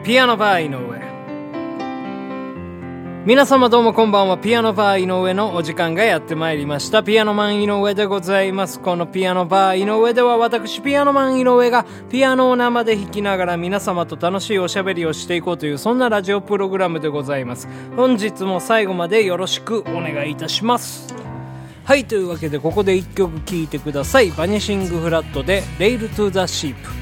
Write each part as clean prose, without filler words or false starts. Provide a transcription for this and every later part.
ピアノバー井上。皆様どうもこんばんは。ピアノバー井上のお時間がやってまいりました。ピアノマン井上でございます。このピアノバー井上では、私ピアノマン井上がピアノを生で弾きながら皆様と楽しいおしゃべりをしていこうという、そんなラジオプログラムでございます。本日も最後までよろしくお願いいたします。はい、というわけでここで一曲聴いてください。バニシングフラットでレイルトゥザシープ。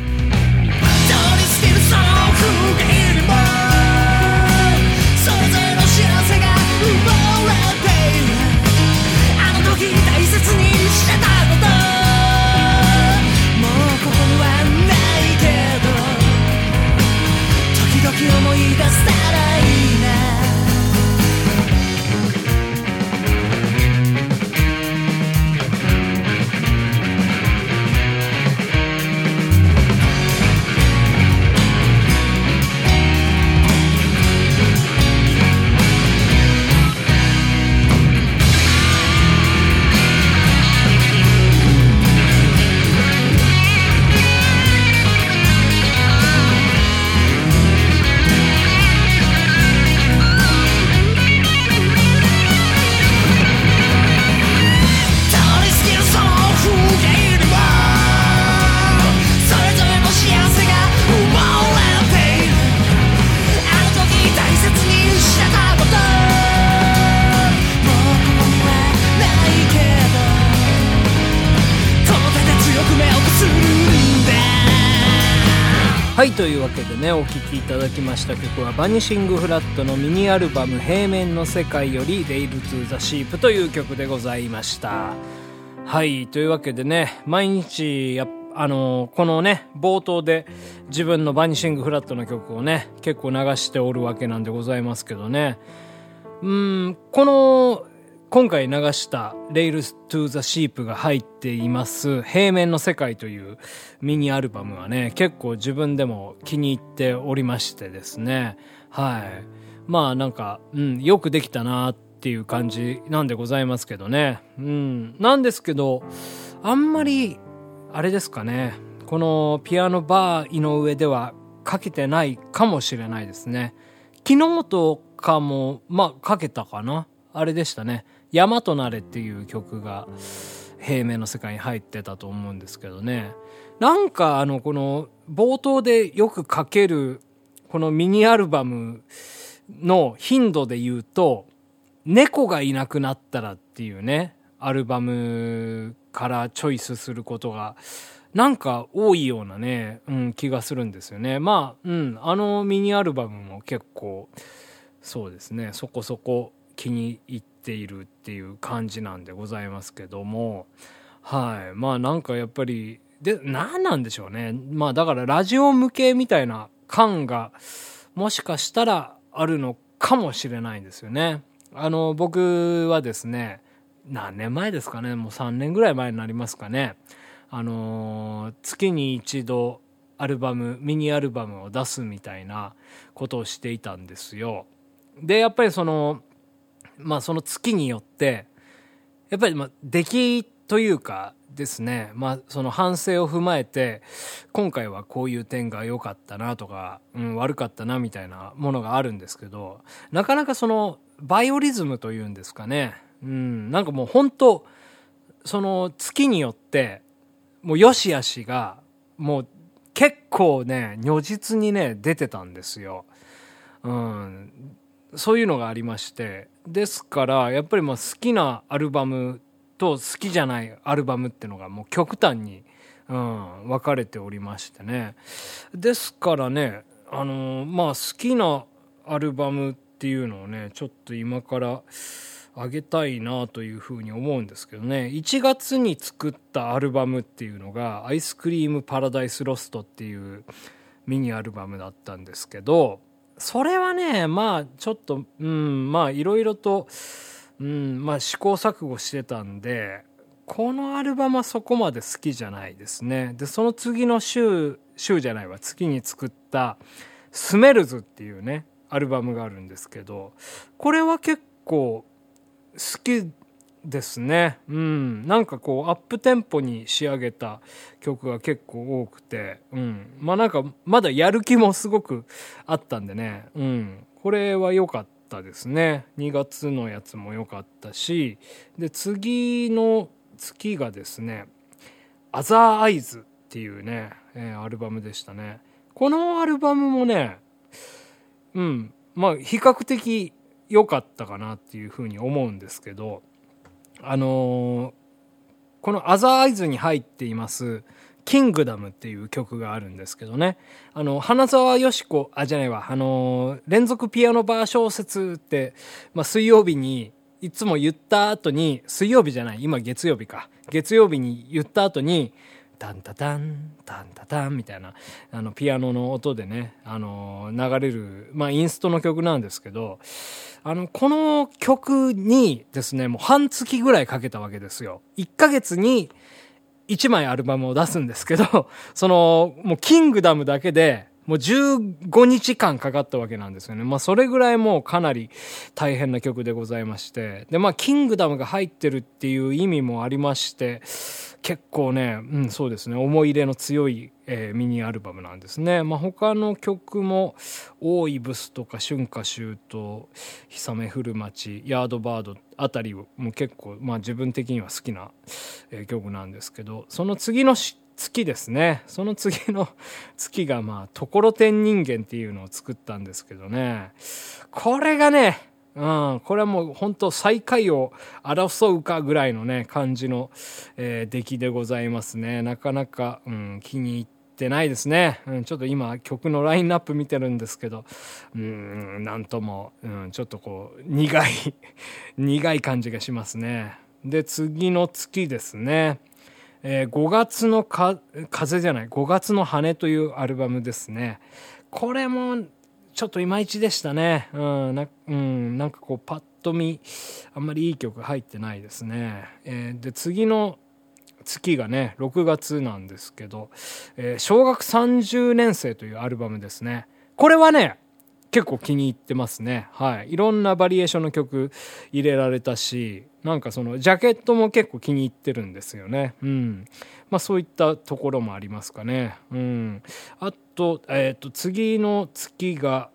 思い出せたらいいな。 はい、というわけでね、お聴きいただきました曲はバニシングフラットのミニアルバム平面の世界よりレイルトゥザシープという曲でございました。はい、というわけでね、毎日このね冒頭で自分のバニシングフラットの曲をね結構流しておるわけなんでございますけどね、今回流したレイルトゥザシープが入っています平面の世界というミニアルバムはね、結構自分でも気に入っておりましてですね、はい、まあなんか、よくできたなっていう感じなんでございますけどね。なんですけど、あんまりあれですかね、このピアノバー井上ではかけてないかもしれないですね。昨日とかもかけたかな。あれでしたね、山となれっていう曲が平面の世界に入ってたと思うんですけどね、なんかこの冒頭でよくかけるこのミニアルバムの頻度で言うと、猫がいなくなったらっていうねアルバムからチョイスすることがなんか多いようなね、気がするんですよね。ミニアルバムも結構そうですね、そこそこ気に入っているっていう感じなんでございますけども、はい、なんかやっぱりで何なんでしょうね。だからラジオ向けみたいな感がもしかしたらあるのかもしれないんですよね。僕はですね、何年前ですかね、もう3年ぐらい前になりますかね、月に一度ミニアルバムを出すみたいなことをしていたんですよ。でやっぱりその月によってやっぱり出来というかですね、その反省を踏まえて今回はこういう点が良かったなとか、悪かったなみたいなものがあるんですけど、なかなかそのバイオリズムというんですかね、なんかもう本当その月によってもう良し悪しがもう結構ね如実にね出てたんですよ。そういうのがありまして、ですからやっぱり好きなアルバムと好きじゃないアルバムっていうのがもう極端に、分かれておりましてね。ですからね、好きなアルバムっていうのをねちょっと今からあげたいなというふうに思うんですけどね。1月に作ったアルバムっていうのがアイスクリームパラダイスロストっていうミニアルバムだったんですけど、それはねちょっといろいろと試行錯誤してたんで、このアルバムはそこまで好きじゃないですね。でその次の月に作ったスメルズっていうねアルバムがあるんですけど、これは結構好きですね。なんかこうアップテンポに仕上げた曲が結構多くて、まあなんかまだやる気もすごくあったんでね、これは良かったですね。2月のやつも良かったし、で次の月がですね、アザーアイズっていうね、アルバムでしたね。このアルバムもね、まあ比較的良かったかなっていうふうに思うんですけど、このアザーアイズに入っていますキングダムっていう曲があるんですけどね、花澤よし子じゃないわ、連続ピアノバー小説って、まあ、水曜日にいつも言った後に、水曜日じゃない、今月曜日か、月曜日に言った後にタンタタンタンタタンみたいなピアノの音でね、流れる、まあ、インストの曲なんですけど、この曲にですね、もう半月ぐらいかけたわけですよ。1ヶ月に1枚アルバムを出すんですけど、もうキングダムだけでもう15日間かかったわけなんですよね。まあそれぐらいもうかなり大変な曲でございまして。でまあキングダムが入ってるっていう意味もありまして、結構ね、そうですね、思い入れの強い、ミニアルバムなんですね。まあ他の曲も、大井ブスとか春夏秋冬、氷雨降る街、ヤードバードあたりも結構、まあ自分的には好きな、曲なんですけど、その次の月ですね。その次の月がまあところてん人間っていうのを作ったんですけどね。これがね、これはもう本当最下位を争うかぐらいのね感じの、出来でございますね。なかなか、気に入ってないですね。ちょっと今曲のラインナップ見てるんですけど、なんとも、ちょっとこう苦い感じがしますね。で次の月ですね。5月の風じゃない、5月の羽というアルバムですね。これもちょっといまいちでしたね。なんかこうパッと見あんまりいい曲入ってないですね。で次の月がね6月なんですけど、小学30年生というアルバムですね。これはね結構気に入ってますね。はい。いろんなバリエーションの曲入れられたし、なんかそのジャケットも結構気に入ってるんですよね。まあそういったところもありますかね。あと、次の月が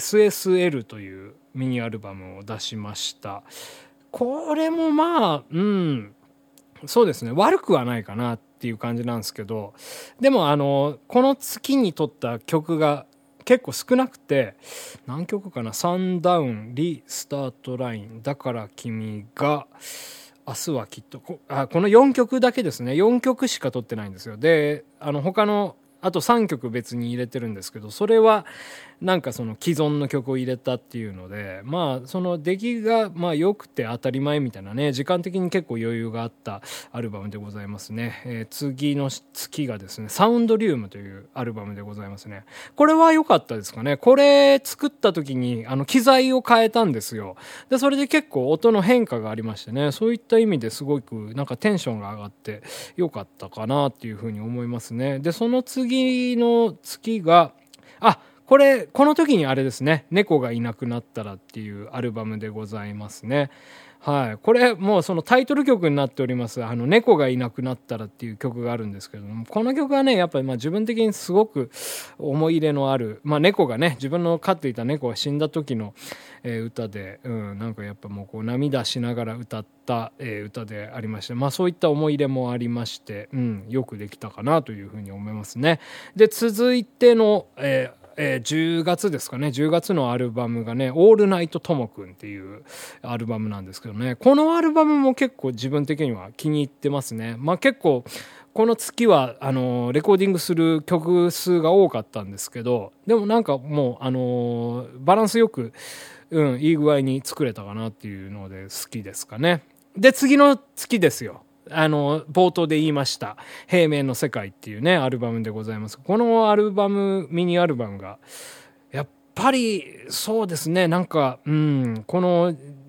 SSL というミニアルバムを出しました。これもまあ、そうですね。悪くはないかなっていう感じなんですけど、でもこの月に撮った曲が結構少なくて、何曲かな、サンダウン、リスタートライン、だから君が、明日はきっと、この4曲だけですね。4曲しか撮ってないんですよ。で、他の、あと3曲別に入れてるんですけど、それはなんかその既存の曲を入れたっていうので、まあその出来がまあ良くて当たり前みたいなね、時間的に結構余裕があったアルバムでございますね。次の月がですね、サウンドリウムというアルバムでございますね。これは良かったですかね。これ作った時に機材を変えたんですよ。でそれで結構音の変化がありましてね、そういった意味ですごくなんかテンションが上がって良かったかなっていうふうに思いますね。でその次の月がこの時にあれですね、猫がいなくなったらっていうアルバムでございますね。はい。これもうそのタイトル曲になっております猫がいなくなったらっていう曲があるんですけども、この曲はねやっぱりまあ自分的にすごく思い入れのある、まあ猫がね、自分の飼っていた猫が死んだ時の、歌で、なんかやっぱもうこう涙しながら歌った、歌でありまして、まあそういった思い入れもありまして、よくできたかなというふうに思いますね。で続いての、10月ですかね。10月のアルバムがね、オールナイトともくんっていうアルバムなんですけどね。このアルバムも結構自分的には気に入ってますね。まあ結構、この月は、レコーディングする曲数が多かったんですけど、でもなんかもう、バランスよく、いい具合に作れたかなっていうので好きですかね。で、次の月ですよ。冒頭で言いました平面の世界っていうねアルバムでございます。このアルバム、ミニアルバムがやっぱりそうですね、なんかこの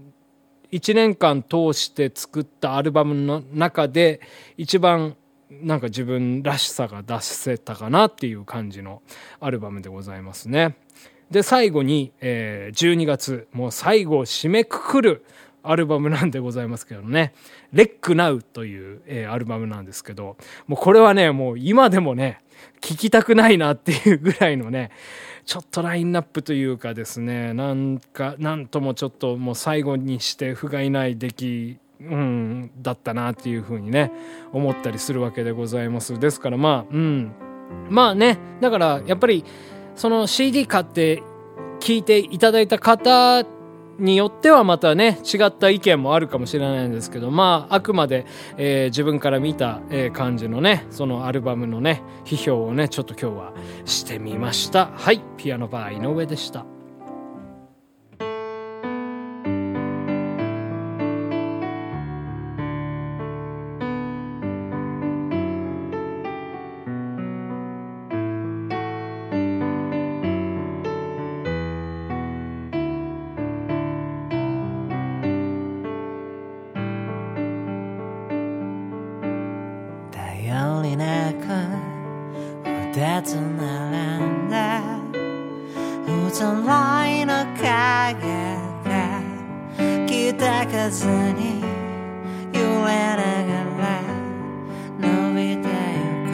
1年間通して作ったアルバムの中で一番なんか自分らしさが出せたかなっていう感じのアルバムでございますね。で最後に、12月もう最後を締めくくるアルバムなんでございますけどね。レックナウという、アルバムなんですけど、もうこれはね、もう今でもね、聞きたくないなっていうぐらいのね、ちょっとラインナップというかですね、なんともちょっともう最後にして不甲斐ない出来、だったなっていうふうにね、思ったりするわけでございます。ですからまあね、だからやっぱりその CD 買って聴いていただいた方によってはまたね違った意見もあるかもしれないんですけど、まああくまで、自分から見た、感じのねそのアルバムのね批評をねちょっと今日はしてみました。はい、ピアノバー井上でした。 頼りなく二つ並んだうつろいの影が北風に揺れながら伸びてゆく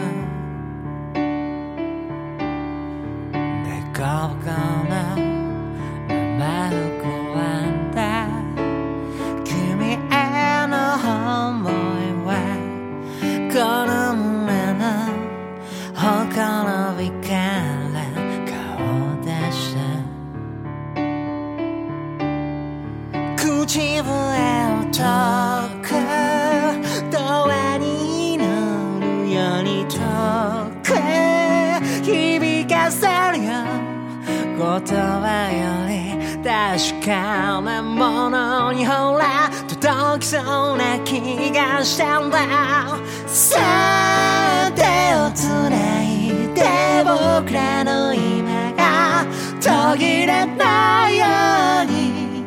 でこぼこのまま膨らんだ君への想いはこの胸のほころびから顔を出した口笛を解くドアに乗るように遠く響かせるよ言葉より確かなものにほら届きそうな気がしたんだ。さあ手をつないで僕らの今が途切れないように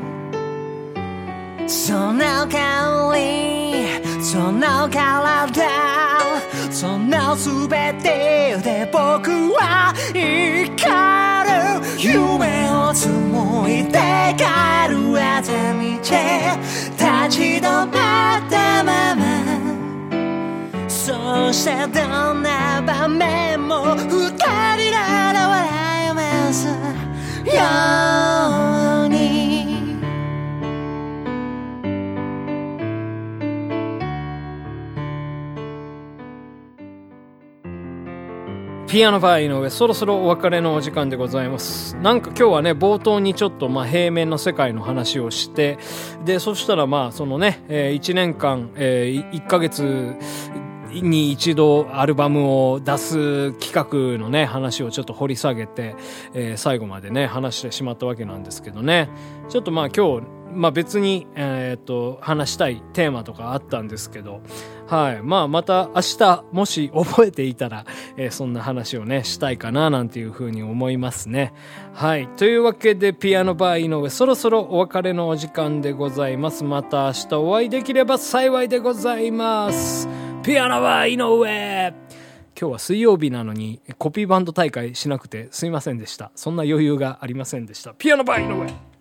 その香りその体その全てで僕は生きる夢を紡いで帰る朝道立ち止まったままそしてどんな場面も二人なら笑いますようにピアノバー井上、そろそろお別れのお時間でございます。なんか今日はね冒頭にちょっと平面の世界の話をして、でそしたらそのね、1年間、1ヶ月に一度アルバムを出す企画のね話をちょっと掘り下げて、最後までね話してしまったわけなんですけどね、ちょっと今日別に、話したいテーマとかあったんですけど、はい。また明日もし覚えていたら、そんな話をね、したいかななんていうふうに思いますね。はい。というわけで、ピアノバー井上、そろそろお別れのお時間でございます。また明日お会いできれば幸いでございます。ピアノバー井上。今日は水曜日なのにコピーバンド大会しなくてすいませんでした。そんな余裕がありませんでした。ピアノバー井上。